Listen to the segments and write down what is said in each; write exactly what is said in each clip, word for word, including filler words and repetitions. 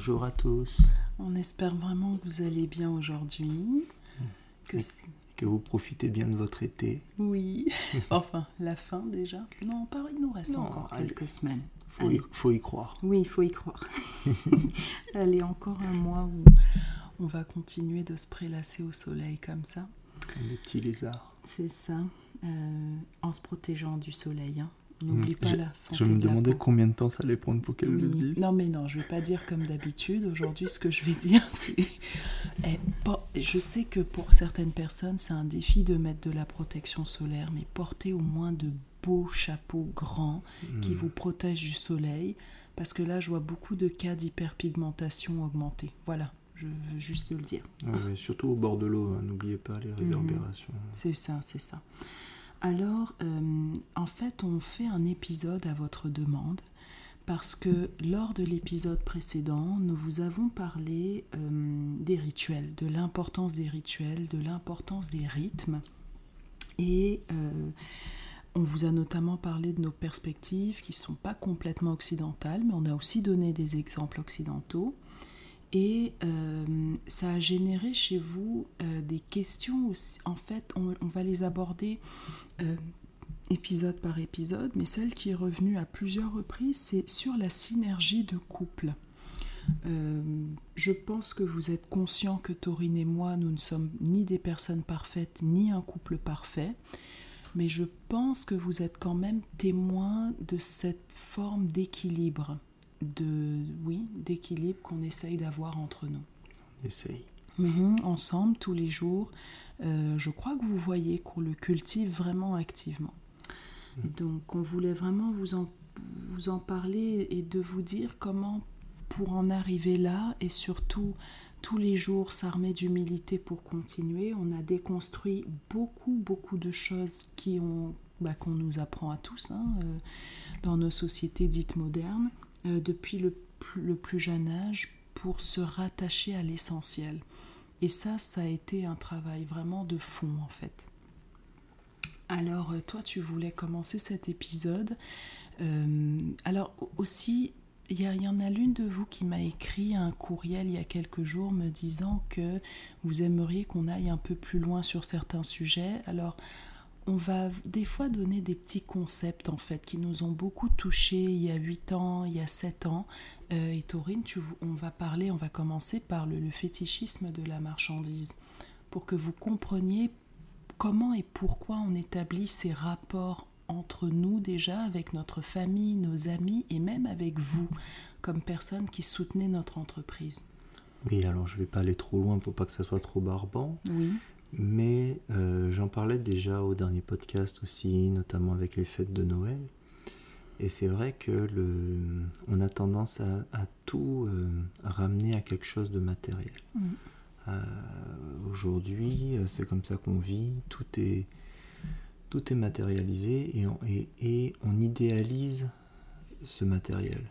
Bonjour à tous. On espère vraiment que vous allez bien aujourd'hui. Que, que vous profitez bien de votre été. Oui, enfin, la fin déjà. Non, pas, il nous reste non, encore allez. quelques semaines. Il faut, faut y croire. Oui, il faut y croire. Allez, encore un mois où on va continuer de se prélasser au soleil comme ça. Comme des petits lézards. C'est ça, euh, en se protégeant du soleil, hein. N'oublie pas je, la santé. Je me demandais combien de temps ça allait prendre pour qu'elle oui. le dise. Non, mais non, je ne vais pas dire comme d'habitude. Aujourd'hui, ce que je vais dire, c'est... Eh, por... Je sais que pour certaines personnes, c'est un défi de mettre de la protection solaire, mais portez au moins de beaux chapeaux grands mmh. qui vous protègent du soleil, parce que là, je vois beaucoup de cas d'hyperpigmentation augmenter. Voilà, je veux juste le dire. Oui, surtout au bord de l'eau, hein. N'oubliez pas les réverbérations. Mmh. C'est ça, c'est ça. Alors, euh, en fait, on fait un épisode à votre demande parce que lors de l'épisode précédent, nous vous avons parlé euh, des rituels, de l'importance des rituels, de l'importance des rythmes. Et euh, on vous a notamment parlé de nos perspectives qui ne sont pas complètement occidentales, mais on a aussi donné des exemples occidentaux. Et euh, ça a généré chez vous euh, des questions aussi. En fait, on, on va les aborder euh, épisode par épisode, mais celle qui est revenue à plusieurs reprises, c'est sur la synergie de couple. Euh, je pense que vous êtes conscients que Taurine et moi, nous ne sommes ni des personnes parfaites, ni un couple parfait, mais je pense que vous êtes quand même témoins de cette forme d'équilibre. De, oui, d'équilibre qu'on essaye d'avoir entre nous. On essaye. Mmh, ensemble, tous les jours. Euh, je crois que vous voyez qu'on le cultive vraiment activement. Mmh. Donc, on voulait vraiment vous en, vous en parler et de vous dire comment, pour en arriver là, et surtout, tous les jours, s'armer d'humilité pour continuer. On a déconstruit beaucoup, beaucoup de choses qui ont, bah, qu'on nous apprend à tous, hein, euh, dans nos sociétés dites modernes. Euh, depuis le plus, le plus jeune âge pour se rattacher à l'essentiel. Et ça, ça a été un travail vraiment de fond en fait. Alors, euh, toi, tu voulais commencer cet épisode. Euh, alors aussi, il y, y en a l'une de vous qui m'a écrit un courriel il y a quelques jours me disant que vous aimeriez qu'on aille un peu plus loin sur certains sujets. Alors, on va des fois donner des petits concepts en fait qui nous ont beaucoup touchés il y a huit ans, il y a sept ans. Euh, et Taurine, tu, on va parler, on va commencer par le, le fétichisme de la marchandise pour que vous compreniez comment et pourquoi on établit ces rapports entre nous déjà, avec notre famille, nos amis et même avec vous comme personnes qui soutenez notre entreprise. Oui, alors je ne vais pas aller trop loin pour pas que ça soit trop barbant. Oui. Mais euh, j'en parlais déjà au dernier podcast aussi, notamment avec les fêtes de Noël. Et c'est vrai que le, on a tendance à, à tout euh, ramener à quelque chose de matériel. Mmh. Euh, aujourd'hui, c'est comme ça qu'on vit, tout est, tout est matérialisé et on, et, et on idéalise ce matériel.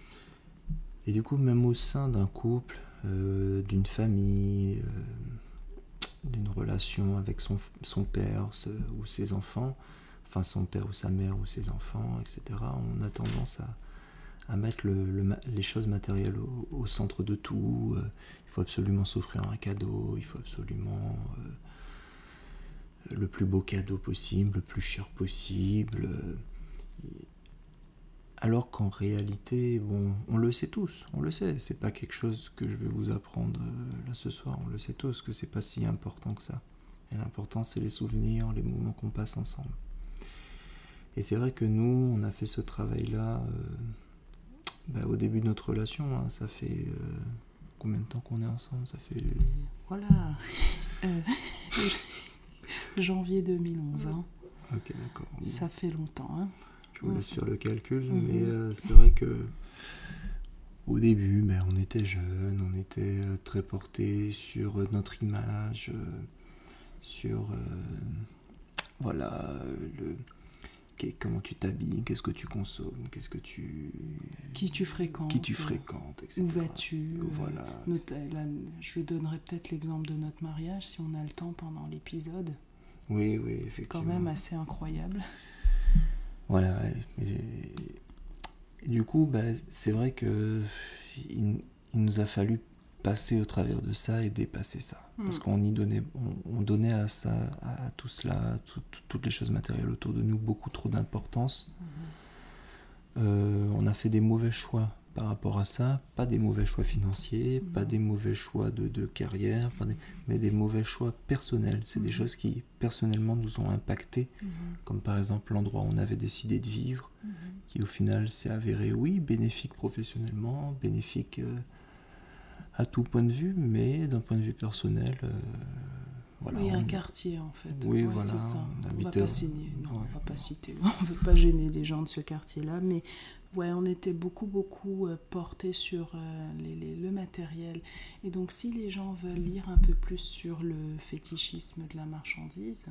Et du coup, même au sein d'un couple, euh, d'une famille... Euh, d'une relation avec son, son père ce, ou ses enfants, enfin son père ou sa mère ou ses enfants, et cetera. On a tendance à, à mettre le, le, les choses matérielles au, au centre de tout. Euh, il faut absolument s'offrir un cadeau, il faut absolument euh, le plus beau cadeau possible, le plus cher possible. Euh, alors qu'en réalité, bon, on le sait tous, on le sait, c'est pas quelque chose que je vais vous apprendre euh, là ce soir, on le sait tous que c'est pas si important que ça. Et l'important c'est les souvenirs, les moments qu'on passe ensemble. Et c'est vrai que nous, on a fait ce travail-là euh, bah, au début de notre relation, hein, ça fait euh, combien de temps qu'on est ensemble ? Ça fait... Voilà, euh, janvier deux mille onze. Hein. Ok, d'accord. Bon. Ça fait longtemps, hein. Je vous laisse faire le calcul, mmh. mais euh, c'est vrai que au début, ben, on était jeunes, on était euh, très portés sur euh, notre image, euh, sur euh, voilà, le, comment tu t'habilles, qu'est-ce que tu consommes, qu'est-ce que tu... Qui tu fréquentes. Qui tu fréquentes, et cetera. Où vas-tu. Voilà. Euh, notre, là, je donnerai peut-être l'exemple de notre mariage, si on a le temps pendant l'épisode. Oui, oui, effectivement. C'est quand même assez incroyable. Voilà, et, et, et du coup, bah, c'est vrai que il, il nous a fallu passer au travers de ça et dépasser ça. Mmh. Parce qu'on y donnait, on, on donnait à ça, à, à tout cela, tout, tout, toutes les choses matérielles autour de nous, beaucoup trop d'importance. Mmh. Euh, on a fait des mauvais choix par rapport à ça, pas des mauvais choix financiers, mmh. pas des mauvais choix de, de carrière, des, mais des mauvais choix personnels. C'est mmh. des choses qui, personnellement, nous ont impactés, mmh. comme par exemple l'endroit où on avait décidé de vivre, mmh. qui au final s'est avéré, oui, bénéfique professionnellement, bénéfique... Euh, à tout point de vue, mais d'un point de vue personnel, euh, voilà. Oui, un on... quartier en fait. Oui, ouais, voilà. C'est ça. On ne va au... pas signer, non, ouais. on va pas citer, on ne veut pas gêner les gens de ce quartier-là, mais ouais, on était beaucoup, beaucoup euh, portés sur euh, les, les, le matériel. Et donc, si les gens veulent lire un peu plus sur le fétichisme de la marchandise,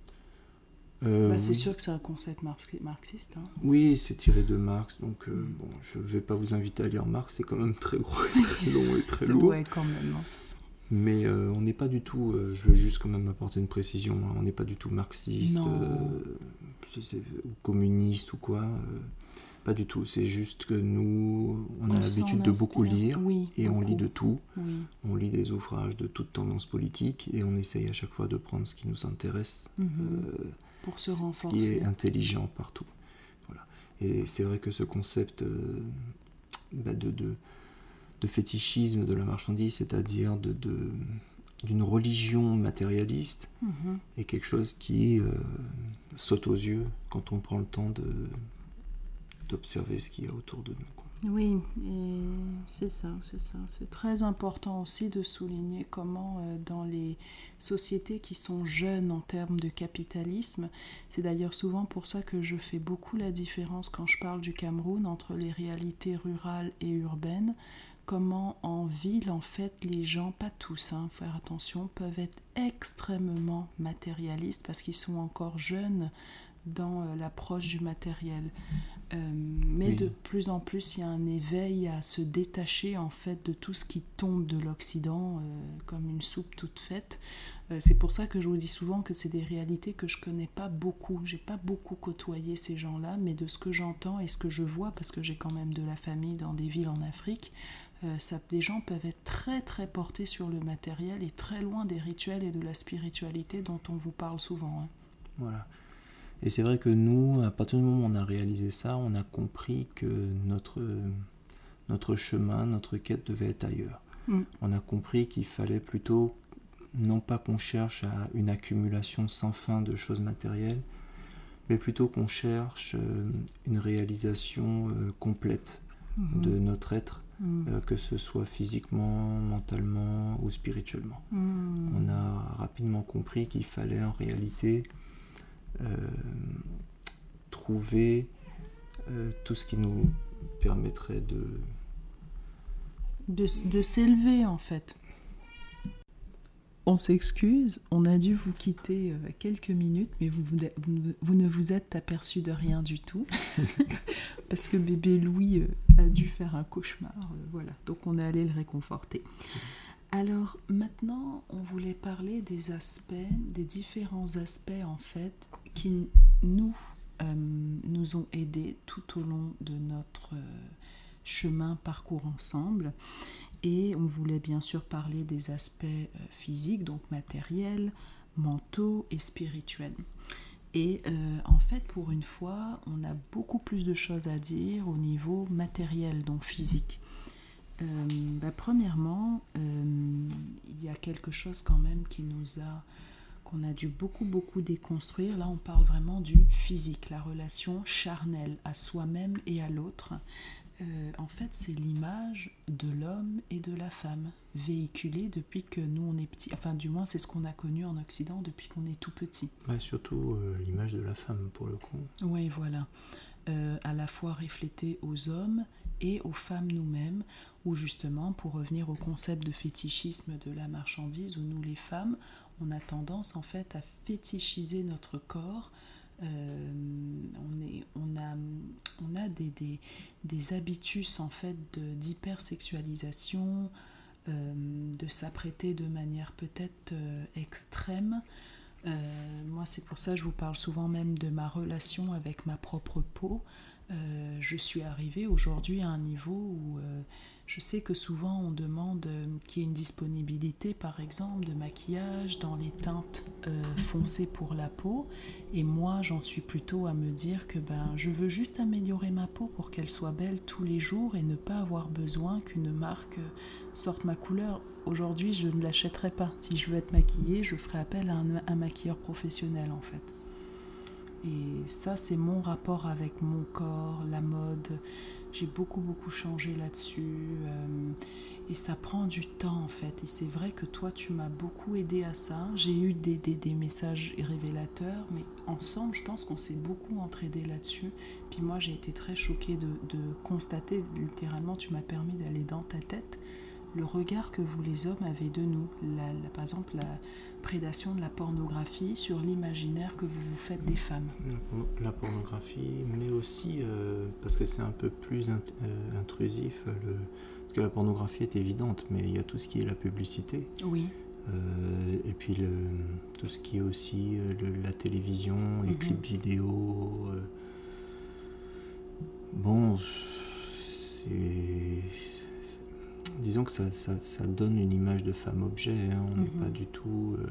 Euh, bah, c'est oui. sûr que c'est un concept marxiste. Hein. Oui, c'est tiré de Marx, donc euh, mm. bon, je ne vais pas vous inviter à lire Marx, c'est quand même très gros, très long et très c'est lourd. Ouais, quand même. Hein. Mais euh, on n'est pas du tout, euh, je veux juste quand même apporter une précision, hein, on n'est pas du tout marxiste, euh, c'est, c'est, ou communiste ou quoi, euh, pas du tout. C'est juste que nous, on, on a l'habitude de beaucoup lire, oui, et beaucoup. on lit de tout. Oui. On lit des ouvrages de toutes tendances politiques, et on essaye à chaque fois de prendre ce qui nous intéresse. Mm-hmm. Euh, Pour se renforcer. Ce qui est intelligent partout. Voilà. Et c'est vrai que ce concept euh, bah de, de, de fétichisme de la marchandise, c'est-à-dire de, de, d'une religion matérialiste, mm-hmm. est quelque chose qui euh, saute aux yeux quand on prend le temps de, d'observer ce qu'il y a autour de nous, quoi. Oui, et c'est ça, c'est ça. C'est très important aussi de souligner comment euh, dans les sociétés qui sont jeunes en termes de capitalisme, c'est d'ailleurs souvent pour ça que je fais beaucoup la différence quand je parle du Cameroun entre les réalités rurales et urbaines, comment en ville, en fait, les gens, pas tous, hein, faut faire attention, peuvent être extrêmement matérialistes parce qu'ils sont encore jeunes dans euh, l'approche du matériel. Euh, mais oui. de plus en plus, il y a un éveil à se détacher en fait de tout ce qui tombe de l'Occident euh, comme une soupe toute faite. Euh, c'est pour ça que je vous dis souvent que c'est des réalités que je connais pas beaucoup. J'ai pas beaucoup côtoyé ces gens-là, mais de ce que j'entends et ce que je vois, parce que j'ai quand même de la famille dans des villes en Afrique, euh, ça, les gens peuvent être très très portés sur le matériel et très loin des rituels et de la spiritualité dont on vous parle souvent. Hein. Voilà. Et c'est vrai que nous, à partir du moment où on a réalisé ça, on a compris que notre, notre chemin, notre quête devait être ailleurs. Mm. On a compris qu'il fallait plutôt, non pas qu'on cherche à une accumulation sans fin de choses matérielles, mais plutôt qu'on cherche une réalisation complète mm-hmm. de notre être, mm. euh, que ce soit physiquement, mentalement ou spirituellement. Mm. On a rapidement compris qu'il fallait en réalité... Euh, trouver euh, tout ce qui nous permettrait de... de de s'élever en fait. On s'excuse, on a dû vous quitter euh, quelques minutes, mais vous, vous, vous, vous ne vous êtes aperçu de rien du tout parce que bébé Louis euh, a dû faire un cauchemar, euh, voilà, donc on est allé le réconforter. Alors maintenant, on voulait parler des aspects, des différents aspects en fait qui nous, euh, nous ont aidés tout au long de notre euh, chemin parcours ensemble. Et on voulait bien sûr parler des aspects euh, physiques, donc matériels, mentaux et spirituels. Et euh, en fait, pour une fois, on a beaucoup plus de choses à dire au niveau matériel, donc physique. Euh, bah, premièrement, euh, il y a quelque chose quand même qui nous a, qu'on a dû beaucoup beaucoup déconstruire. Là, on parle vraiment du physique, la relation charnelle à soi-même et à l'autre. Euh, en fait, c'est l'image de l'homme et de la femme véhiculée depuis que nous on est petits. Enfin, du moins, c'est ce qu'on a connu en Occident depuis qu'on est tout petit. Bah, surtout euh, l'image de la femme pour le coup. Oui, voilà. Euh, à la fois reflétée aux hommes et aux femmes nous-mêmes, où justement, pour revenir au concept de fétichisme de la marchandise, où nous les femmes, on a tendance en fait à fétichiser notre corps. Euh, on, est, on a, on a des, des, des habitus en fait de, d'hypersexualisation, euh, de s'apprêter de manière peut-être euh, extrême. Euh, moi, c'est pour ça que je vous parle souvent même de ma relation avec ma propre peau. Euh, je suis arrivée aujourd'hui à un niveau où euh, Je sais que souvent on demande euh, qu'il y ait une disponibilité, par exemple, de maquillage dans les teintes euh, foncées pour la peau. Et moi, j'en suis plutôt à me dire que ben, je veux juste améliorer ma peau pour qu'elle soit belle tous les jours et ne pas avoir besoin qu'une marque sorte ma couleur. Aujourd'hui, je ne l'achèterai pas. Si je veux être maquillée, je ferai appel à un, un maquilleur professionnel, en fait. Et ça, c'est mon rapport avec mon corps, la mode. J'ai beaucoup, beaucoup changé là-dessus. Euh, et ça prend du temps, en fait. Et c'est vrai que toi, tu m'as beaucoup aidé à ça. J'ai eu des, des, des messages révélateurs, mais ensemble, je pense qu'on s'est beaucoup entraidés là-dessus. Puis moi, j'ai été très choquée de, de constater, littéralement, tu m'as permis d'aller dans ta tête, le regard que vous, les hommes, avez de nous. La, la, par exemple, la prédation de la pornographie sur l'imaginaire que vous vous faites des femmes. La pornographie, mais aussi, euh, parce que c'est un peu plus int- euh, intrusif, le... parce que la pornographie est évidente, mais il y a tout ce qui est la publicité. Oui. Euh, et puis le, tout ce qui est aussi euh, le, la télévision, les mm-hmm. clips vidéo. Euh, bon, c'est... Disons que ça, ça, ça donne une image de femme-objet, hein. On n'est mm-hmm. pas du tout... Euh,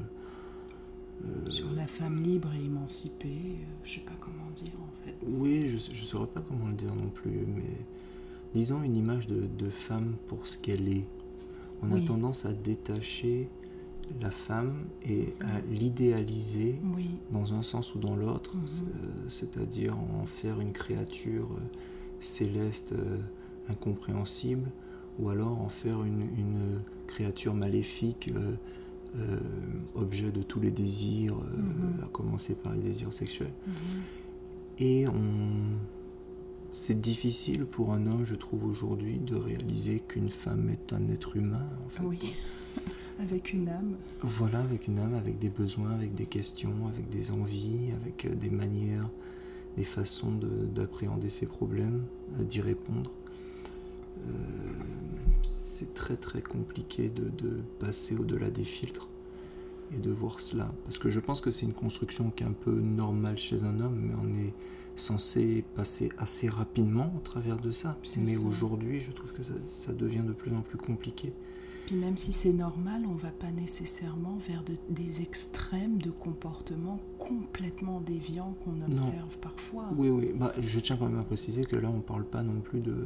euh, sur la femme libre et émancipée, euh, je ne sais pas comment dire en fait. Oui, je ne saurais pas comment le dire non plus, mais disons une image de, de femme pour ce qu'elle est. On oui. a tendance à détacher la femme et à l'idéaliser oui. dans un sens ou dans l'autre, mm-hmm. euh, c'est-à-dire en faire une créature euh, céleste, euh, incompréhensible, ou alors en faire une, une créature maléfique, euh, euh, objet de tous les désirs, euh, mm-hmm. à commencer par les désirs sexuels. Mm-hmm. Et on... c'est difficile pour un homme, je trouve aujourd'hui, de réaliser qu'une femme est un être humain, en fait. Oui, avec une âme. Voilà, avec une âme, avec des besoins, avec des questions, avec des envies, avec des manières, des façons de, d'appréhender ses problèmes, d'y répondre. Euh, c'est très très compliqué de, de passer au-delà des filtres et de voir cela, parce que je pense que c'est une construction qui est un peu normale chez un homme, mais on est censé passer assez rapidement au travers de ça, c'est mais ça. Aujourd'hui je trouve que ça, ça devient de plus en plus compliqué. Puis même si c'est normal, on ne va pas nécessairement vers de, des extrêmes de comportements complètement déviants qu'on observe non. parfois. Oui, oui. Bah, je tiens quand même à préciser que là, on ne parle pas non plus de,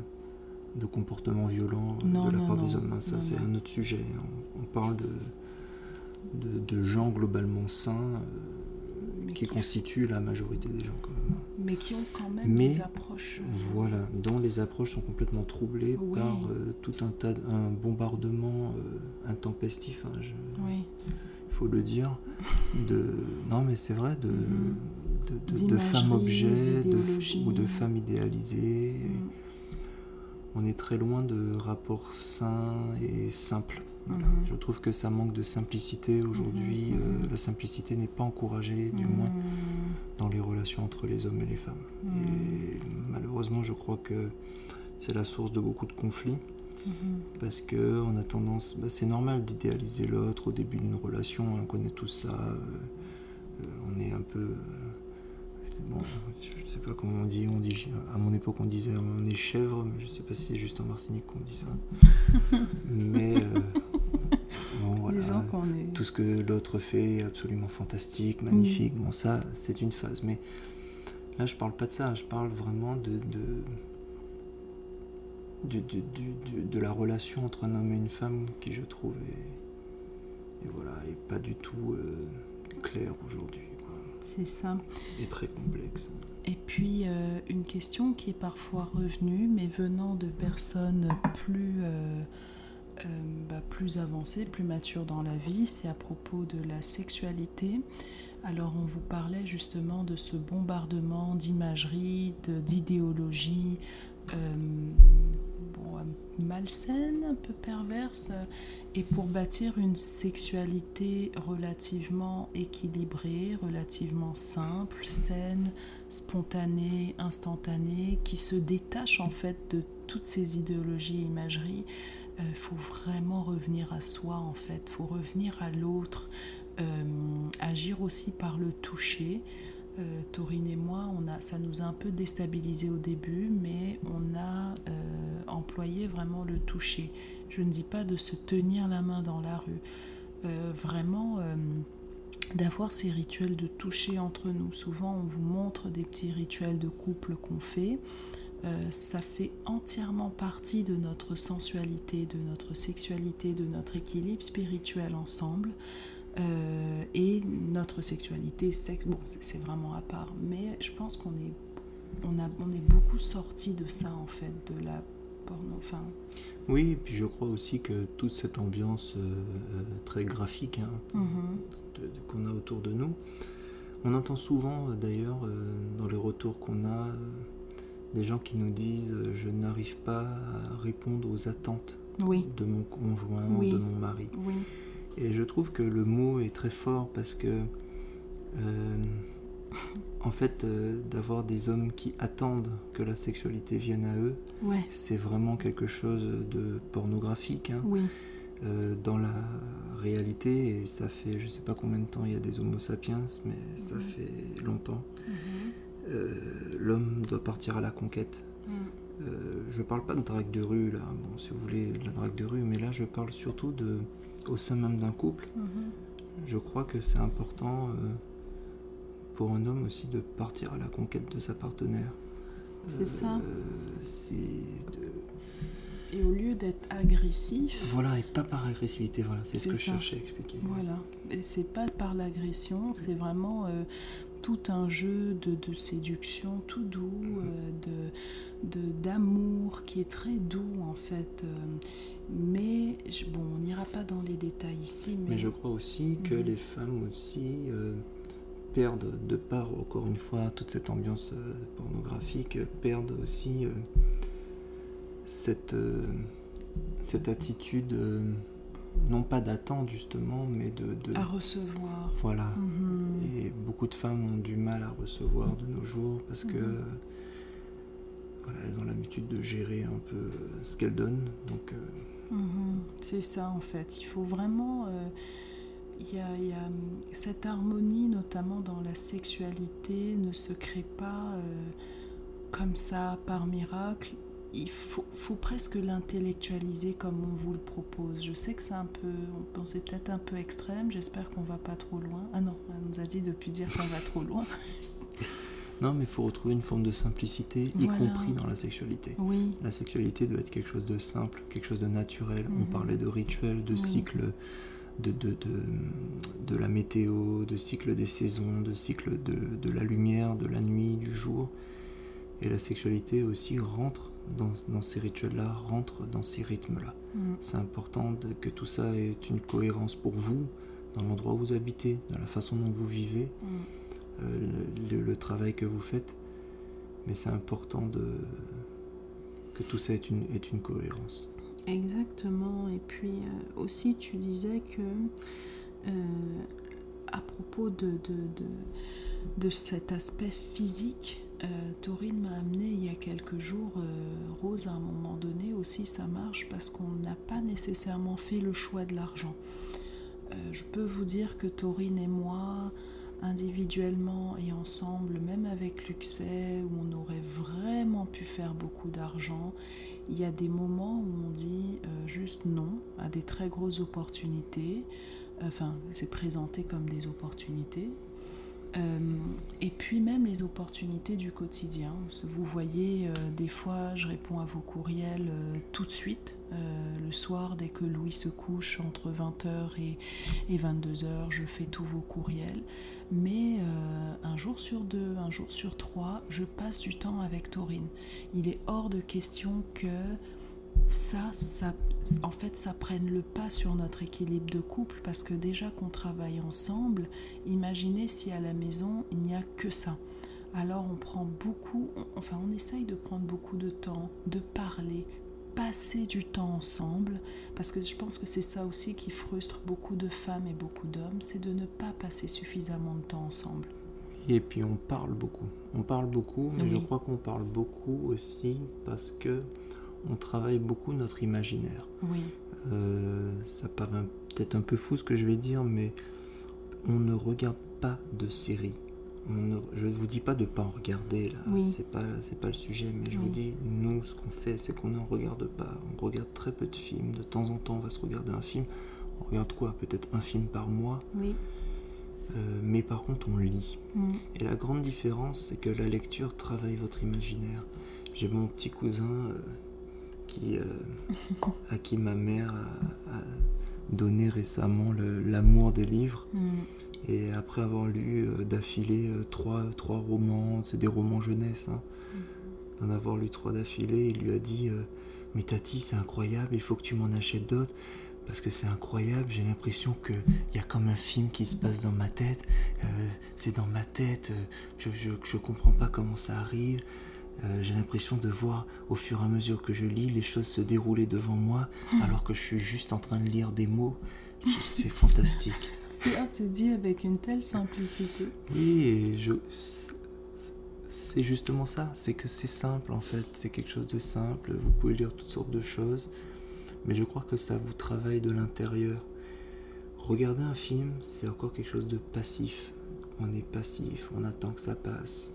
de comportements violents non, de la non, part non. des hommes. Ça, non, c'est non. un autre sujet. On, on parle de, de, de gens globalement sains euh, qui, qui constituent la majorité des gens quand même. Mais qui ont quand même Mais, des approches. Voilà, dont les approches sont complètement troublées oui. par euh, tout un tas, de, un bombardement euh, intempestif. Hein, je, oui. Il faut le dire. De, non, mais c'est vrai, de, mm-hmm. de, de, de femmes objets de, ou de mm. femmes idéalisées. Mm. On est très loin de rapports sains et simples. Voilà. Mm-hmm. Je trouve que ça manque de simplicité aujourd'hui. Mm-hmm. Euh, la simplicité n'est pas encouragée, du mm-hmm. moins, dans les relations entre les hommes et les femmes. Mm-hmm. Et malheureusement, je crois que c'est la source de beaucoup de conflits. Mm-hmm. Parce qu'on a tendance... Bah, c'est normal d'idéaliser l'autre au début d'une relation. On connaît tout ça. Euh, on est un peu... Euh, bon, je ne sais pas comment on dit, on dit. À mon époque, on disait on est chèvre, mais je ne sais pas si c'est juste en Martinique qu'on dit ça. mais... Euh, Bon, voilà. qu'on est... Tout ce que l'autre fait est absolument fantastique, magnifique. Mmh. Bon, ça, c'est une phase. Mais là, je parle pas de ça. Je parle vraiment de, de, de, de, de, de la relation entre un homme et une femme qui, je trouve, est, et voilà, est pas du tout euh, claire aujourd'hui, quoi. C'est ça. Et très complexe. Et puis, euh, une question qui est parfois revenue, mais venant de personnes plus... Euh, Euh, bah, plus avancée, plus mature dans la vie, c'est à propos de la sexualité. Alors on vous parlait justement de ce bombardement d'imagerie, de, d'idéologie euh, bon, malsaine, un peu perverse, et pour bâtir une sexualité relativement équilibrée, relativement simple, saine, spontanée, instantanée, qui se détache en fait de toutes ces idéologies et imageries. Il euh, faut vraiment revenir à soi en fait, il faut revenir à l'autre, euh, agir aussi par le toucher, Euh, Taurine et moi, on a, ça nous a un peu déstabilisé au début, mais on a euh, employé vraiment le toucher. Je ne dis pas de se tenir la main dans la rue, euh, vraiment euh, d'avoir ces rituels de toucher entre nous. Souvent, on vous montre des petits rituels de couple qu'on fait. Euh, ça fait entièrement partie de notre sensualité, de notre sexualité, de notre équilibre spirituel ensemble. Euh, et notre sexualité, sexe, bon, c'est, c'est vraiment à part. Mais je pense qu'on est, on a, on est beaucoup sorti de ça, en fait, de la porno. Enfin, Oui, et puis je crois aussi que toute cette ambiance euh, très graphique hein, mm-hmm. de, de, qu'on a autour de nous, on entend souvent euh, d'ailleurs euh, dans les retours qu'on a euh, des gens qui nous disent euh, je n'arrive pas à répondre aux attentes Oui. de mon conjoint, Oui. de mon mari. Oui. Et je trouve que le mot est très fort parce que euh, en fait euh, d'avoir des hommes qui attendent que la sexualité vienne à eux, Ouais. c'est vraiment quelque chose de pornographique hein. Oui. Euh, dans la réalité, et ça fait je sais pas combien de temps il y a des homo sapiens, mais mm-hmm. ça fait longtemps. Mm-hmm. Euh, l'homme doit partir à la conquête. Mm. Euh, je parle pas de drague de rue là, bon si vous voulez de la drague de rue, mais là je parle surtout de au sein même d'un couple. Mm-hmm. Je crois que c'est important euh, pour un homme aussi de partir à la conquête de sa partenaire. C'est euh, ça. C'est de Et au lieu d'être agressif... Voilà, et pas par agressivité, voilà, c'est, c'est ce que ça. Je cherchais à expliquer. Voilà, et c'est pas par l'agression, c'est vraiment euh, tout un jeu de, de séduction tout doux, mm-hmm. euh, de, de, d'amour qui est très doux en fait. Mais, bon, on n'ira pas dans les détails ici. Mais, mais je crois aussi que mm-hmm. les femmes aussi euh, perdent, de par, encore une fois, toute cette ambiance euh, pornographique, perdent aussi... Euh, Cette, euh, cette attitude, euh, non pas d'attente justement, mais de... de à recevoir. Voilà. Mm-hmm. Et beaucoup de femmes ont du mal à recevoir de nos jours parce mm-hmm. que voilà, elles ont l'habitude de gérer un peu ce qu'elles donnent. Donc, euh... mm-hmm. C'est ça en fait. Il faut vraiment... Il euh, y a, y a cette harmonie, notamment dans la sexualité, ne se crée pas euh, comme ça par miracle. Il faut, faut presque l'intellectualiser comme on vous le propose. Je sais que c'est un peu, on pensait peut-être un peu extrême, j'espère qu'on va pas trop loin. Ah non, elle nous a dit depuis dire qu'on va trop loin. Non, mais il faut retrouver une forme de simplicité, voilà. Y compris dans la sexualité. Oui. La sexualité doit être quelque chose de simple, quelque chose de naturel. Mm-hmm. On parlait de rituels, de oui. cycles, de, de, de, de la météo, de cycle des saisons, de cycle de, de la lumière, de la nuit, du jour. Et la sexualité aussi rentre dans, dans ces rituels-là, rentre dans ces rythmes-là. Mm. C'est important de, que tout ça ait une cohérence pour vous, dans l'endroit où vous habitez, dans la façon dont vous vivez, mm. euh, le, le travail que vous faites. Mais c'est important de, que tout ça ait une, ait une cohérence. Exactement. Et puis euh, aussi, tu disais que euh, à propos de, de, de, de cet aspect physique, Euh, Taurine m'a amené il y a quelques jours, euh, Rose, à un moment donné aussi ça marche parce qu'on n'a pas nécessairement fait le choix de l'argent. Euh, je peux vous dire que Taurine et moi, individuellement et ensemble, même avec Luxet, où on aurait vraiment pu faire beaucoup d'argent, il y a des moments où on dit euh, juste non à des très grosses opportunités, enfin c'est présenté comme des opportunités. Euh, et puis même les opportunités du quotidien. Vous voyez, euh, des fois, je réponds à vos courriels euh, tout de suite. Euh, le soir, dès que Louis se couche, entre vingt heures et, et vingt-deux heures, je fais tous vos courriels. Mais euh, un jour sur deux, un jour sur trois, je passe du temps avec Taurine. Il est hors de question que ça, ça, en fait, ça prenne le pas sur notre équilibre de couple, parce que déjà qu'on travaille ensemble, imaginez si à la maison, il n'y a que ça. Alors on prend beaucoup, on, enfin on essaye de prendre beaucoup de temps, de parler, passer du temps ensemble, parce que je pense que c'est ça aussi qui frustre beaucoup de femmes et beaucoup d'hommes, c'est de ne pas passer suffisamment de temps ensemble. Et puis on parle beaucoup, on parle beaucoup, mais oui. Je crois qu'on parle beaucoup aussi parce que on travaille beaucoup notre imaginaire. Oui. Euh, ça paraît un, peut-être un peu fou ce que je vais dire, mais on ne regarde pas de séries. on ne, je ne vous dis pas de ne pas en regarder, là. Oui. C'est pas, c'est pas le sujet, mais je Oui. vous dis, nous, ce qu'on fait, c'est qu'on n'en regarde pas. On regarde très peu de films. De temps en temps, on va se regarder un film. On regarde quoi? Peut-être un film par mois. Oui. Euh, mais par contre, on lit. Mm. Et la grande différence, c'est que la lecture travaille votre imaginaire. J'ai mon petit cousin euh, qui, euh, à qui ma mère a, a donné récemment le, l'amour des livres. Mm. Et après avoir lu euh, d'affilée euh, trois, trois romans, c'est des romans jeunesse, hein, Mm. d'en avoir lu trois d'affilée, il lui a dit euh, mais Tati, c'est incroyable, il faut que tu m'en achètes d'autres. Parce que c'est incroyable, j'ai l'impression qu'il y a comme un film qui se passe dans ma tête. Euh, c'est dans ma tête, euh, je, je, je comprends pas comment ça arrive. Euh, j'ai l'impression de voir au fur et à mesure que je lis les choses se dérouler devant moi alors que je suis juste en train de lire des mots. Je, c'est fantastique. C'est, ah, c'est dit avec une telle simplicité. Oui, et je, c'est justement ça, c'est que c'est simple en fait, c'est quelque chose de simple, vous pouvez lire toutes sortes de choses. Mais je crois que ça vous travaille de l'intérieur. Regarder un film, c'est encore quelque chose de passif. On est passif, on attend que ça passe.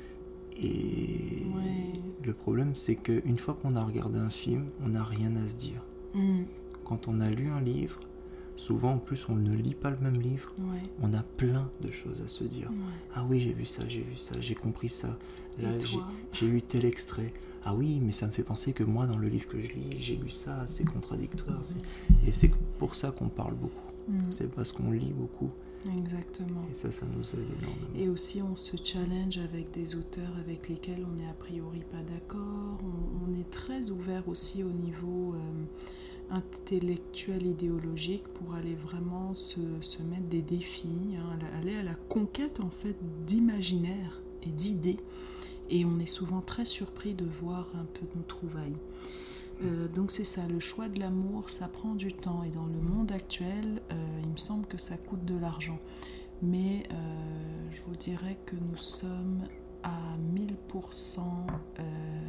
Et Ouais. le problème, c'est qu'une fois qu'on a regardé un film, on n'a rien à se dire. Mm. Quand on a lu un livre, souvent en plus on ne lit pas le même livre, Ouais. on a plein de choses à se dire. Ouais. Ah oui, j'ai vu ça, j'ai vu ça, j'ai compris ça. Là, Et j'ai, toi? j'ai eu tel extrait. Ah oui, mais ça me fait penser que moi, dans le livre que je lis, j'ai lu ça, c'est contradictoire. C'est... Et c'est pour ça qu'on parle beaucoup. Mm. C'est parce qu'on lit beaucoup. Exactement. Et ça, ça nous aide énormément. Et aussi, on se challenge avec des auteurs avec lesquels on n'est a priori pas d'accord. On, on est très ouvert aussi au niveau euh, intellectuel, idéologique, pour aller vraiment se, se mettre des défis, hein, aller à la conquête en fait d'imaginaire et d'idées. Et on est souvent très surpris de voir un peu nos trouvailles. Euh, donc c'est ça, le choix de l'amour, ça prend du temps. Et dans le monde actuel, euh, il me semble que ça coûte de l'argent. Mais euh, je vous dirais que nous sommes à mille pour cent euh,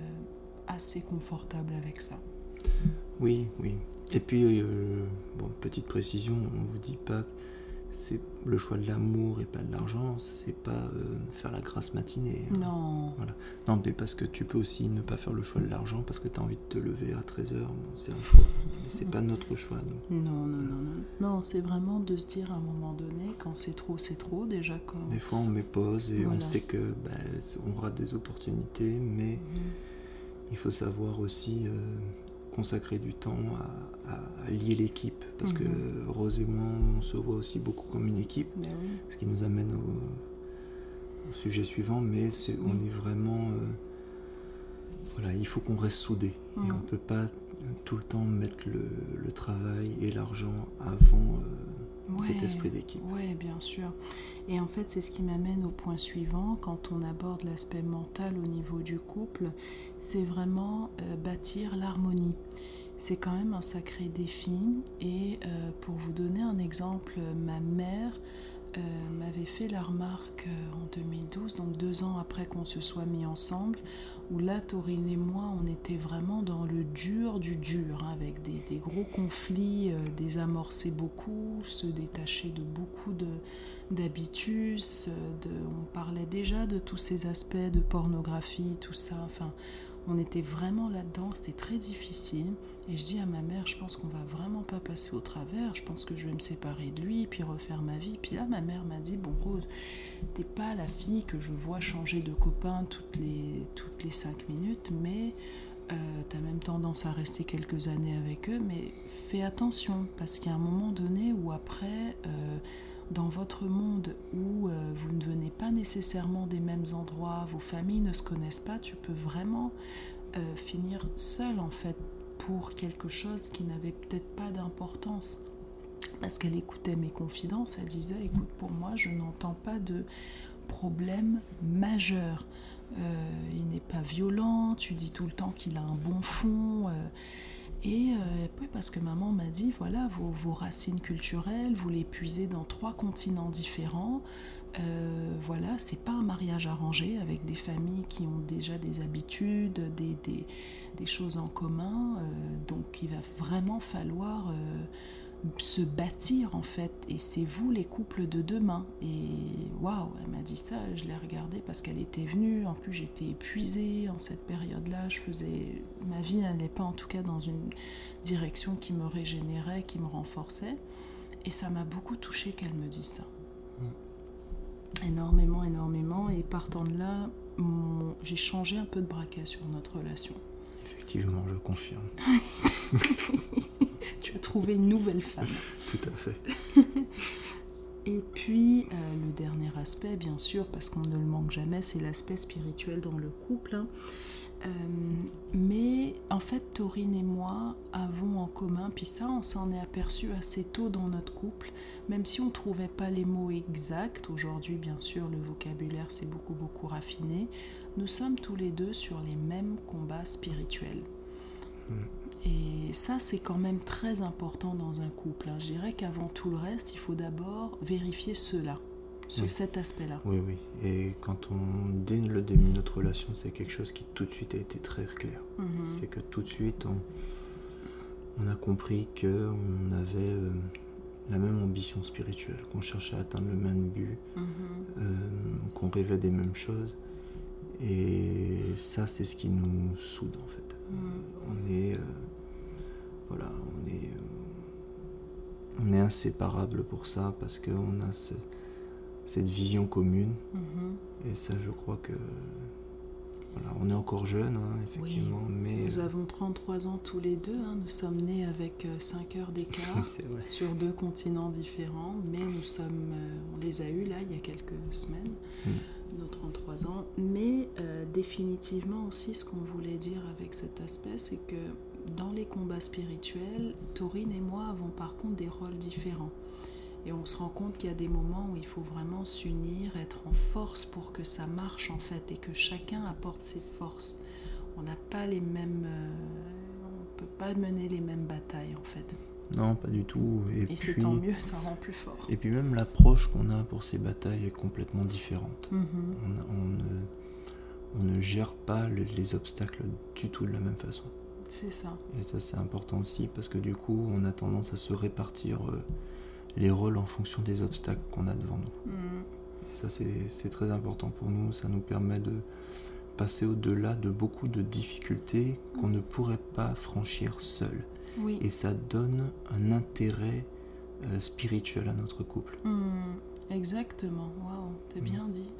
assez confortables avec ça. Oui, oui. Et puis, euh, bon, petite précision, on ne vous dit pas que c'est le choix de l'amour et pas de l'argent, c'est pas euh, faire la grasse matinée. Hein. Non. Voilà. Non, mais parce que tu peux aussi ne pas faire le choix de l'argent parce que tu as envie de te lever à treize heures, bon, c'est un choix. Mais c'est pas notre choix. Donc. Non, non, non, non. Non, c'est vraiment de se dire à un moment donné, quand c'est trop, c'est trop. Déjà, quand... Des fois, on met pause et Voilà. on sait que bah, on rate des opportunités, mais Mhm. il faut savoir aussi euh, consacrer du temps à, à, à lier l'équipe. Parce Mhm. que Rose et moi, on se voit aussi beaucoup comme une équipe. Ben oui. Ce qui nous amène au, au sujet suivant, mais c'est, Oui. on est vraiment... euh, voilà, il faut qu'on reste soudés. Mhm. Et on ne peut pas tout le temps mettre le, le travail et l'argent avant euh, Ouais, cet esprit d'équipe. Oui, bien sûr. Et en fait, c'est ce qui m'amène au point suivant, quand on aborde l'aspect mental au niveau du couple, c'est vraiment euh, bâtir l'harmonie. C'est quand même un sacré défi. Et euh, pour vous donner un exemple, ma mère euh, m'avait fait la remarque euh, en deux mille douze, donc deux ans après qu'on se soit mis ensemble, où là, Taurine et moi, on était vraiment dans le dur du dur, hein, avec des, des gros conflits, euh, désamorcer beaucoup, se détacher de beaucoup de, d'habitus, de, on parlait déjà de tous ces aspects de pornographie, tout ça, enfin, on était vraiment là-dedans, c'était très difficile. Et je dis à ma mère, je pense qu'on va vraiment pas passer au travers, je pense que je vais me séparer de lui, puis refaire ma vie. Puis là, ma mère m'a dit, bon Rose, t'es pas la fille que je vois changer de copain toutes les, toutes les cinq minutes, mais euh, t'as même tendance à rester quelques années avec eux, mais fais attention, parce qu'il y a un moment donné où après, euh, dans votre monde où euh, vous ne venez pas nécessairement des mêmes endroits, vos familles ne se connaissent pas, tu peux vraiment euh, finir seul en fait pour quelque chose qui n'avait peut-être pas d'importance. Parce qu'elle écoutait mes confidences, elle disait, écoute, pour moi, je n'entends pas de problème majeur. Euh, il n'est pas violent, tu dis tout le temps qu'il a un bon fond. Euh, et euh, oui, parce que maman m'a dit, voilà, vos, vos racines culturelles, vous les puisez dans trois continents différents. Euh, voilà, c'est pas un mariage arrangé avec des familles qui ont déjà des habitudes, des, des, des choses en commun. Euh, donc il va vraiment falloir... Euh, se bâtir en fait, et c'est vous les couples de demain. Et waouh, elle m'a dit ça, je l'ai regardée parce qu'elle était venue, en plus j'étais épuisée en cette période-là, je faisais, ma vie n'allait pas en tout cas dans une direction qui me régénérait, qui me renforçait, et ça m'a beaucoup touchée qu'elle me dise ça. Mmh. Énormément, énormément, et partant de là, mon... j'ai changé un peu de braquet sur notre relation. Effectivement, je confirme. Tu as trouvé une nouvelle femme. Tout à fait. Et puis, euh, le dernier aspect, bien sûr, parce qu'on ne le manque jamais, c'est l'aspect spirituel dans le couple. Hein. Euh, mais en fait, Taurine et moi avons en commun, puis ça, on s'en est aperçu assez tôt dans notre couple, même si on ne trouvait pas les mots exacts. Aujourd'hui, bien sûr, le vocabulaire s'est beaucoup, beaucoup raffiné. Nous sommes tous les deux sur les mêmes combats spirituels. Mmh. Et ça, c'est quand même très important dans un couple. Hein. Je dirais qu'avant tout le reste, il faut d'abord vérifier cela, ce, oui. cet aspect-là. Oui, oui. Et quand on, dès le début de notre relation, c'est quelque chose qui tout de suite a été très clair. Mm-hmm. C'est que tout de suite, on, on a compris qu'on avait euh, la même ambition spirituelle, qu'on cherchait à atteindre le même but, mm-hmm. euh, qu'on rêvait des mêmes choses. Et ça, c'est ce qui nous soude, en fait. Mm. On est... Euh, Voilà, on est, euh, on est inséparables pour ça parce qu'on a ce, cette vision commune. Mm-hmm. Et ça, je crois que... Voilà, on est encore jeunes, hein, effectivement. Oui, mais nous euh... avons trente-trois ans tous les deux. Hein, nous sommes nés avec cinq heures d'écart sur deux continents différents. Mais nous sommes... Euh, on les a eus là, il y a quelques semaines, mm. nos trente-trois ans. Mais euh, définitivement aussi, ce qu'on voulait dire avec cet aspect, c'est que dans les combats spirituels, Taurine et moi avons par contre des rôles différents. Et on se rend compte qu'il y a des moments où il faut vraiment s'unir, être en force pour que ça marche en fait, et que chacun apporte ses forces. On n'a pas les mêmes... Euh, on ne peut pas mener les mêmes batailles en fait. Non, pas du tout. Et, et puis, c'est tant mieux, ça rend plus fort. Et puis même l'approche qu'on a pour ces batailles est complètement différente. Mm-hmm. On, on, ne, on ne gère pas le, les obstacles du tout de la même façon. C'est ça. Et ça, c'est important aussi, parce que du coup, on a tendance à se répartir euh, les rôles en fonction des obstacles qu'on a devant nous. Mm. Et ça, c'est, c'est très important pour nous. Ça nous permet de passer au-delà de beaucoup de difficultés qu'on mm. ne pourrait pas franchir seul. Oui. Et ça donne un intérêt euh, spirituel à notre couple. Mm. Exactement. Waouh, t'as mm. bien dit.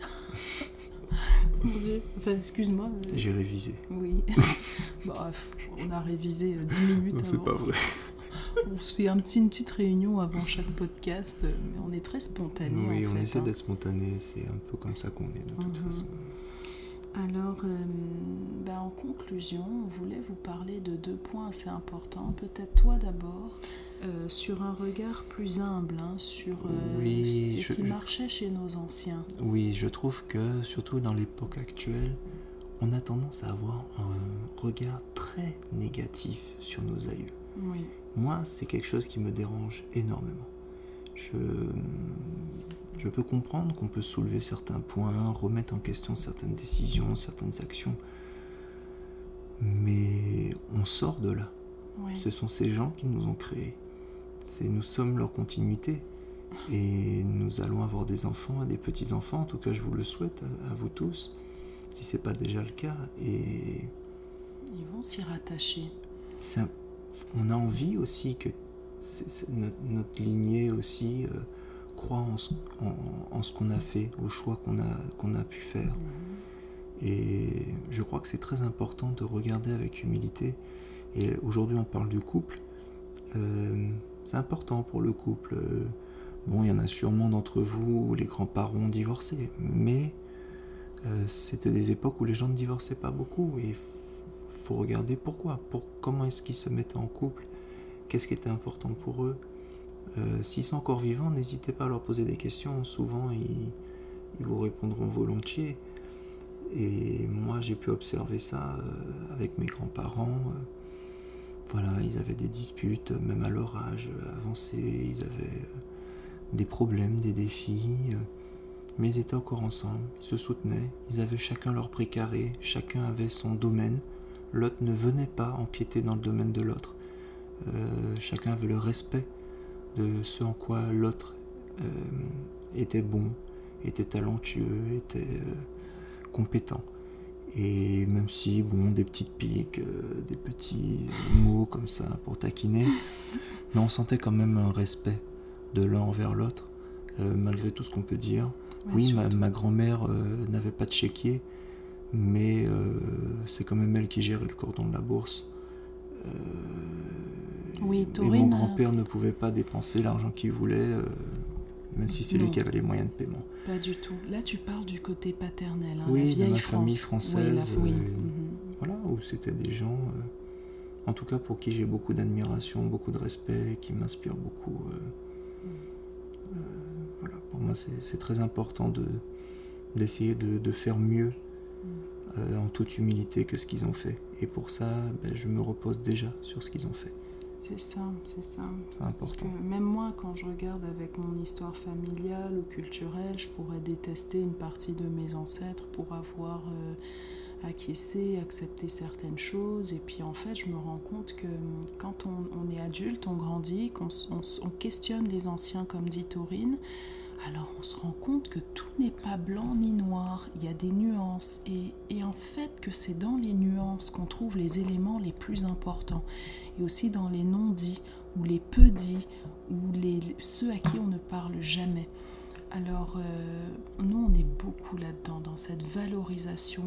Mon Dieu. Enfin, excuse-moi. Mais... J'ai révisé. Oui. Bah, on a révisé dix minutes non, avant. C'est pas vrai. On se fait un petit, une petite réunion avant chaque podcast, mais on est très spontané. Oui, en on fait, essaie hein. d'être spontané, c'est un peu comme ça qu'on est de toute mm-hmm. façon. Alors, euh, bah, en conclusion, on voulait vous parler de deux points assez importants. Peut-être toi d'abord, euh, sur un regard plus humble, hein, sur euh, oui, ce je, qui je... marchait chez nos anciens. Oui, je trouve que, surtout dans l'époque actuelle, on a tendance à avoir un regard très négatif sur nos aïeux. Oui. Moi, c'est quelque chose qui me dérange énormément. Je, je peux comprendre qu'on peut soulever certains points, remettre en question certaines décisions, certaines actions, mais on sort de là. Oui. Ce sont ces gens qui nous ont créés. C'est, nous sommes leur continuité. Et nous allons avoir des enfants et des petits-enfants, en tout cas je vous le souhaite à, à vous tous, si ce n'est pas déjà le cas. Et ils vont s'y rattacher. C'est un, on a envie aussi que c'est, c'est notre, notre lignée aussi euh, croit en ce, en, en ce qu'on a fait, au choix qu'on a, qu'on a pu faire. Mmh. Et je crois que c'est très important de regarder avec humilité. Et aujourd'hui on parle du couple. Euh, c'est important pour le couple. Bon, il y en a sûrement d'entre vous où les grands-parents ont divorcé, mais euh, c'était des époques où les gens ne divorçaient pas beaucoup. Et il f- faut regarder pourquoi, pour, comment est-ce qu'ils se mettaient en couple, qu'est-ce qui était important pour eux. Euh, s'ils sont encore vivants, n'hésitez pas à leur poser des questions. Souvent, ils, ils vous répondront volontiers. Et moi, j'ai pu observer ça euh, avec mes grands-parents. Euh, voilà, ils avaient des disputes, même à leur âge avancé, ils avaient... Euh, des problèmes, des défis, mais ils étaient encore ensemble, ils se soutenaient, ils avaient chacun leur précaré, chacun avait son domaine, l'autre ne venait pas empiéter dans le domaine de l'autre, euh, chacun avait le respect de ce en quoi l'autre euh, était bon, était talentueux, était euh, compétent. Et même si, bon, des petites piques, euh, des petits mots comme ça pour taquiner, mais on sentait quand même un respect de l'un envers l'autre, euh, malgré tout ce qu'on peut dire. Ouais, oui, ma, ma grand-mère euh, n'avait pas de chéquier, mais euh, c'est quand même elle qui gérait le cordon de la bourse. Euh, oui, et mon grand-père ne pouvait pas dépenser l'argent qu'il voulait, euh, même si c'est non. lui qui avait les moyens de paiement. Pas du tout. Là, tu parles du côté paternel, hein, oui, la vieille de ma France. famille française, oui, la... oui. Euh, mm-hmm. voilà, où c'était des gens, euh, en tout cas pour qui j'ai beaucoup d'admiration, beaucoup de respect, qui m'inspirent beaucoup. Euh, mm. euh, voilà, pour moi, c'est, c'est très important de, d'essayer de, de faire mieux, mm. euh, en toute humilité, que ce qu'ils ont fait. Et pour ça, ben, je me repose déjà sur ce qu'ils ont fait. C'est ça, c'est ça. C'est important. Parce que même moi, quand je regarde avec mon histoire familiale ou culturelle, je pourrais détester une partie de mes ancêtres pour avoir euh, acquiescé, accepté certaines choses. Et puis en fait, je me rends compte que quand on, on est adulte, on grandit, qu'on on, on questionne les anciens, comme dit Taurine, alors on se rend compte que tout n'est pas blanc ni noir, il y a des nuances. Et, et en fait, que c'est dans les nuances qu'on trouve les éléments les plus importants. Et aussi dans les non-dits, ou les peu-dits, ou les, ceux à qui on ne parle jamais. Alors, euh, nous, on est beaucoup là-dedans, dans cette valorisation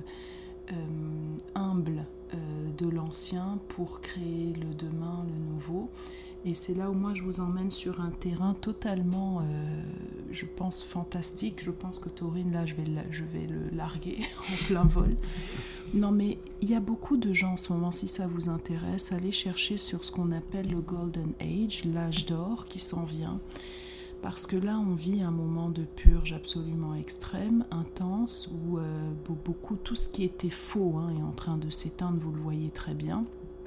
euh, euh, humble euh, de l'ancien pour créer le demain, le nouveau. Et c'est là où moi, je vous emmène sur un terrain totalement, euh, je pense, fantastique. Je pense que Taurine, là, je vais, la, je vais le larguer en plein vol. Non, mais il y a beaucoup de gens en ce moment, si ça vous intéresse, allez chercher sur ce qu'on appelle le Golden Age, l'âge d'or qui s'en vient. Parce que là, on vit un moment de purge absolument extrême, intense, où euh, beaucoup, tout ce qui était faux hein, est en train de s'éteindre, vous le voyez très bien.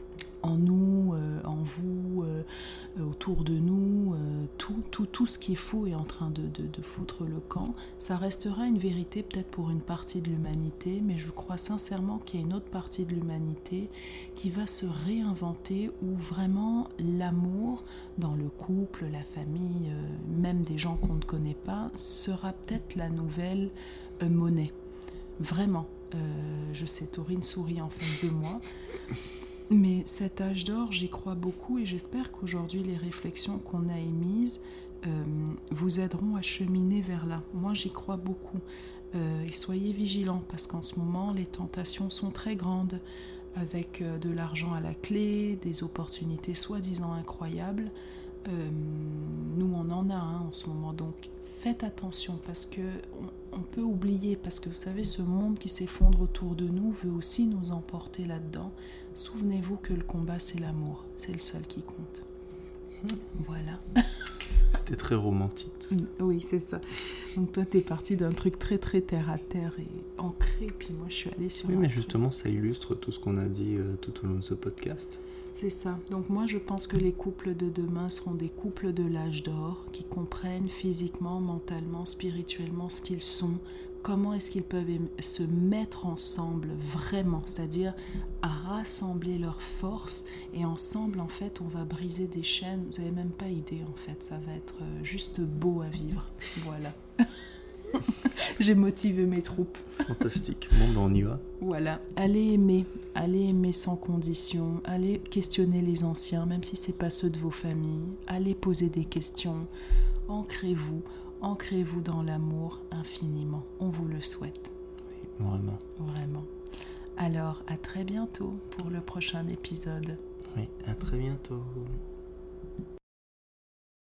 En nous, euh, en vous, euh, autour de nous, euh, tout, tout, tout ce qui est faux est en train de, de, de foutre le camp. Ça restera une vérité peut-être pour une partie de l'humanité, mais je crois sincèrement qu'il y a une autre partie de l'humanité qui va se réinventer, où vraiment l'amour dans le couple, la famille, euh, même des gens qu'on ne connaît pas, sera peut-être la nouvelle euh, monnaie. Vraiment. Euh, je sais, Taurine sourit en face de moi. Mais cet âge d'or, j'y crois beaucoup et j'espère qu'aujourd'hui, les réflexions qu'on a émises euh, vous aideront à cheminer vers là. Moi, j'y crois beaucoup. Euh, et soyez vigilants parce qu'en ce moment, les tentations sont très grandes avec euh, de l'argent à la clé, des opportunités soi-disant incroyables. Euh, nous, on en a hein, en ce moment. Donc, faites attention parce qu'on on peut oublier, parce que vous savez, ce monde qui s'effondre autour de nous veut aussi nous emporter là-dedans. Souvenez-vous que le combat, c'est l'amour. C'est le seul qui compte. Voilà. C'était très romantique tout ça. Oui, c'est ça. Donc toi, t'es parti d'un truc très, très terre-à-terre et ancré, puis moi, je suis allée sur... Oui, mais justement, ça illustre tout ce qu'on a dit euh, tout au long de ce podcast. C'est ça. Donc moi, je pense que les couples de demain seront des couples de l'âge d'or qui comprennent physiquement, mentalement, spirituellement ce qu'ils sont, comment est-ce qu'ils peuvent se mettre ensemble vraiment, c'est-à-dire à rassembler leurs forces et ensemble, en fait, on va briser des chaînes. Vous n'avez même pas idée, en fait. Ça va être juste beau à vivre. Voilà. J'ai motivé mes troupes. Fantastique. Bon, ben on y va. Voilà. Allez aimer. Allez aimer sans condition. Allez questionner les anciens, même si ce n'est pas ceux de vos familles. Allez poser des questions. Ancrez-vous. Ancrez-vous dans l'amour infiniment. On vous le souhaite. Oui, vraiment. Vraiment. Alors, à très bientôt pour le prochain épisode. Oui, à très bientôt.